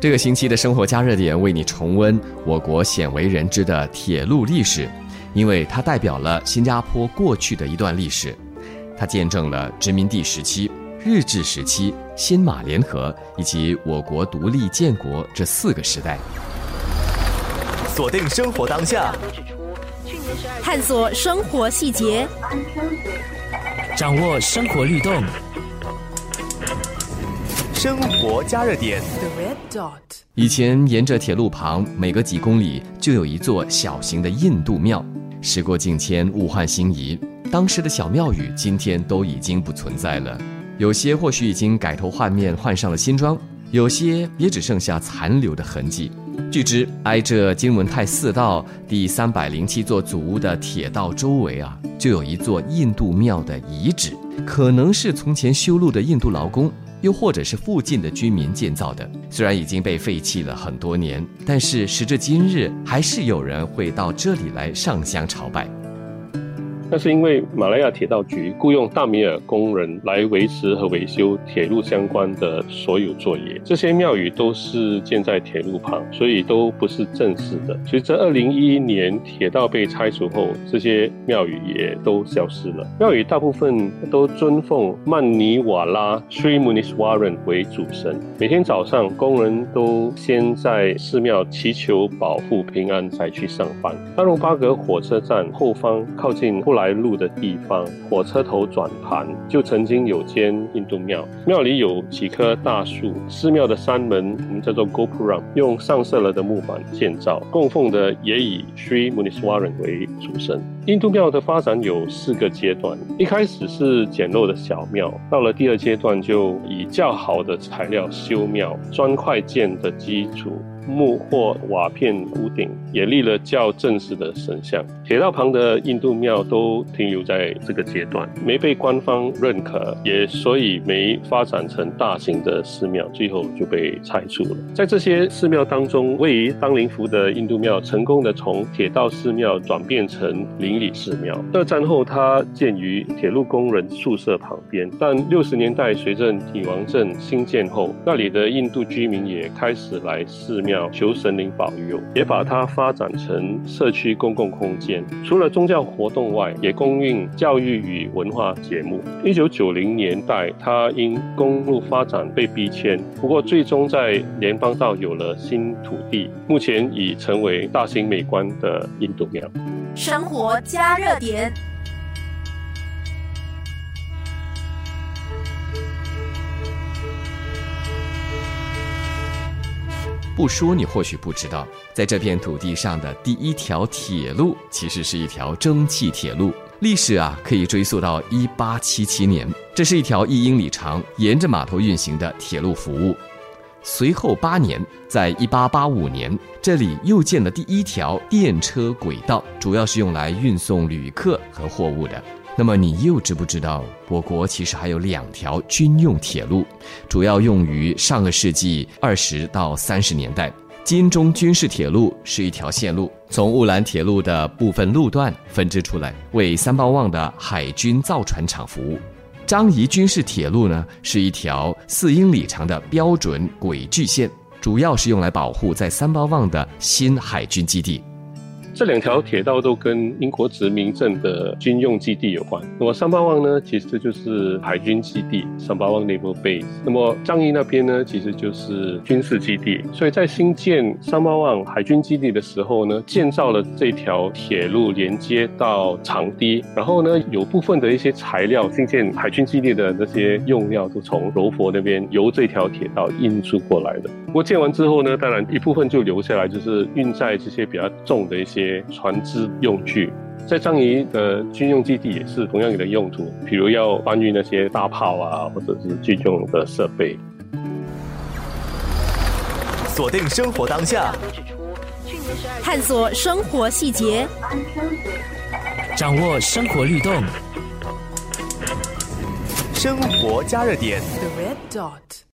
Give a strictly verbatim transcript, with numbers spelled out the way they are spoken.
这个星期的生活加热点为你重温我国鲜为人知的铁路历史，因为它代表了新加坡过去的一段历史，它见证了殖民地时期、日治时期、新马联合以及我国独立建国这四个时代。 锁定生活当下， 探索生活细节， 掌握生活律动。 生活加热点。 以前沿着铁路旁，每隔几公里就有一座小型的印度庙。时过境迁，物换星移，当时的小庙宇今天都已经不存在了。有些或许已经改头换面，换上了新装，有些也只剩下残留的痕迹。据知，挨着金文泰四道第三百零七座祖屋的铁道周围啊，就有一座印度庙的遗址，可能是从前修路的印度劳工，又或者是附近的居民建造的。虽然已经被废弃了很多年，但是时至今日，还是有人会到这里来上香朝拜。 那是因为马来亚铁道局雇用大米尔工人来维持和维修铁路相关的所有作业，这些庙宇都是建在铁路旁，所以都不是正式的。随着二零一一年铁道被拆除后，这些庙宇也都消失了。庙宇大部分都尊奉曼尼瓦拉 Sri Muniswaran 为主神，每天早上工人都先在寺庙祈求保护平安才去上班。大龙巴格火车站后方靠近布莱路的地方，火车头转盘就曾经有间印度庙，庙里有几棵大树，寺庙的山门我们叫做 Gopuram， 用上色了的木板建造，供奉的也以 Sri Muniswaran 为主神。印度庙的发展有四个阶段，一开始是简陋的小庙，到了第二阶段就以较好的材料修庙，砖块建的基础，木或瓦片屋顶，也立了较正式的神像。铁道旁的印度庙都停留在这个阶段，没被官方认可，也所以没发展成大型的寺庙，最后就被拆除了。在这些寺庙当中，位于当灵福的印度庙成功的从铁道寺庙转变成邻里寺庙。二战后它建于铁路工人宿舍旁边，但六十年代随着女王镇兴建后，那里的印度居民也开始来寺庙求神灵保佑，也把它发展成社区公共空间。除了宗教活动外，也供应教育与文化节目。一九九零年代，它因公路发展被逼迁，不过最终在联邦道有了新土地，目前已成为大型美观的印度庙。 生活加热点。 不说你或许不知道，在这片土地上的第一条铁路其实是一条蒸汽铁路，历史啊可以追溯到一八七七年。这是一条一英里长沿着码头运行的铁路服务。随后八年，在一八八五年，这里又建了第一条电车轨道，主要是用来运送旅客和货物的。那么你又知不知道，我国其实还有两条军用铁路，主要用于上个世纪二十到三十年代。金钟军事铁路是一条线路，从雾兰铁路的部分路段分支出来，为三包望的海军造船厂服务。樟宜军事铁路呢，是一条四英里长的标准轨距线，主要是用来保护在三包望的新海军基地。 这两条铁道都跟英国殖民镇的军用基地有关。那么三巴旺呢，其实就是海军基地，三巴旺 Naval Base。那么樟宜那边呢，其实就是军事基地。所以在新建三巴旺海军基地的时候呢，建造了这条铁路连接到长堤，然后呢，有部分的一些材料，新建海军基地的那些用料都从柔佛那边由这条铁道运输过来的。不过建完之后呢，当然一部分就留下来，就是运载这些比较重的一些船只用具。在樟宜的军用基地也是同样的用途，比如要搬运那些大炮啊，或者是军用的设备。 锁定生活当下， 探索生活细节， 掌握生活律动。 生活加热点。